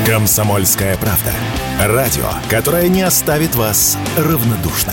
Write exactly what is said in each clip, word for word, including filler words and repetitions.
«Комсомольская правда». Радио, которое не оставит вас равнодушным.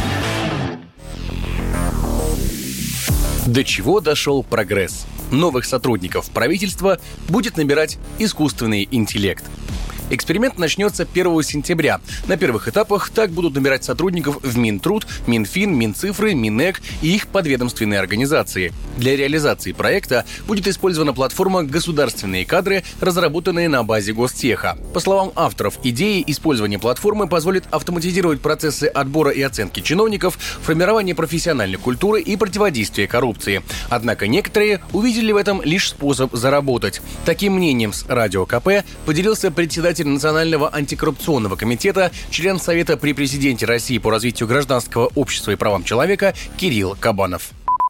До чего дошел прогресс? Новых сотрудников правительства будет набирать искусственный интеллект. Эксперимент начнется первого сентября. На первых этапах так будут набирать сотрудников в Минтруд, Минфин, Минцифры, Минэк и их подведомственные организации. Для реализации проекта будет использована платформа «Государственные кадры», разработанная на базе Гостеха. По словам авторов идеи, использование платформы позволит автоматизировать процессы отбора и оценки чиновников, формирование профессиональной культуры и противодействия коррупции. Однако некоторые увидели в этом лишь способ заработать. Таким мнением с Радио КП поделился председатель Национального антикоррупционного комитета, член Совета при президенте России по развитию гражданского общества и правам человека Кирилл Кабанов.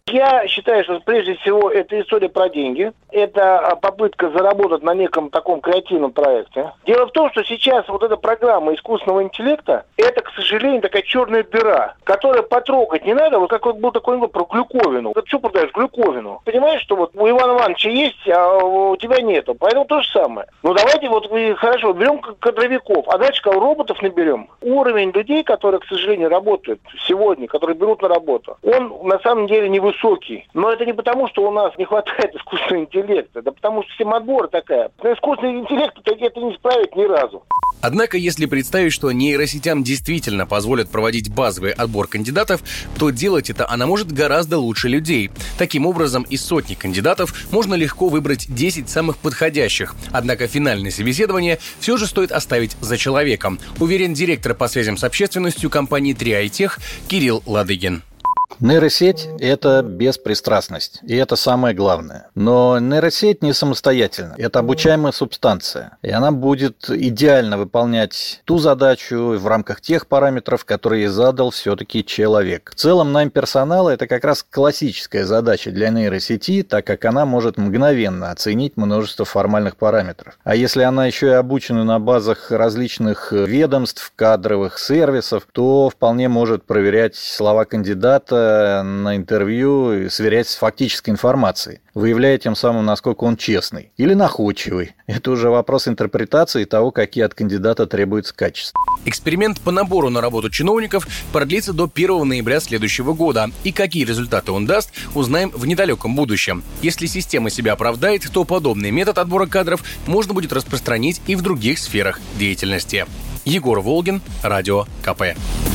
Я считаю, что прежде всего это история про деньги. Это попытка заработать на неком таком креативном проекте. Дело в том, что сейчас вот эта программа искусственного интеллекта, это, к сожалению, такая черная дыра, которую потрогать не надо. Вот как вот был такой анекдот про глюковину. Вот что продаешь? Глюковину. Понимаешь, что вот у Ивана Ивановича есть, а у тебя нету. Поэтому то же самое. Ну давайте вот, хорошо, берем кадровиков, а дальше кого роботов наберем. Уровень людей, которые, к сожалению, работают сегодня, которые берут на работу, он на самом деле невысокий. Но это не потому, что у нас не хватает искусственного интеллекта. Да потому что система-отбора такая. Но искусственный интеллект это не справит ни разу. Однако, если представить, что нейросетям действительно позволят проводить базовый отбор кандидатов, то делать это она может гораздо лучше людей. Таким образом, из сотни кандидатов можно легко выбрать десять самых подходящих. Однако финальное собеседование все же стоит оставить за человеком, уверен директор по связям с общественностью компании три ай тех Кирилл Ладыгин. Нейросеть – это беспристрастность, и это самое главное. Но нейросеть не самостоятельна, это обучаемая субстанция, и она будет идеально выполнять ту задачу в рамках тех параметров, которые задал все-таки человек. В целом, найм персонала – это как раз классическая задача для нейросети, так как она может мгновенно оценить множество формальных параметров. А если она еще и обучена на базах различных ведомств, кадровых сервисов, то вполне может проверять слова кандидата на интервью и сверять с фактической информацией, выявляя тем самым, насколько он честный или находчивый. Это уже вопрос интерпретации и того, какие от кандидата требуются качества. Эксперимент по набору на работу чиновников продлится до первого ноября следующего года. И какие результаты он даст, узнаем в недалеком будущем. Если система себя оправдает, то подобный метод отбора кадров можно будет распространить и в других сферах деятельности. Егор Волгин, Радио КП.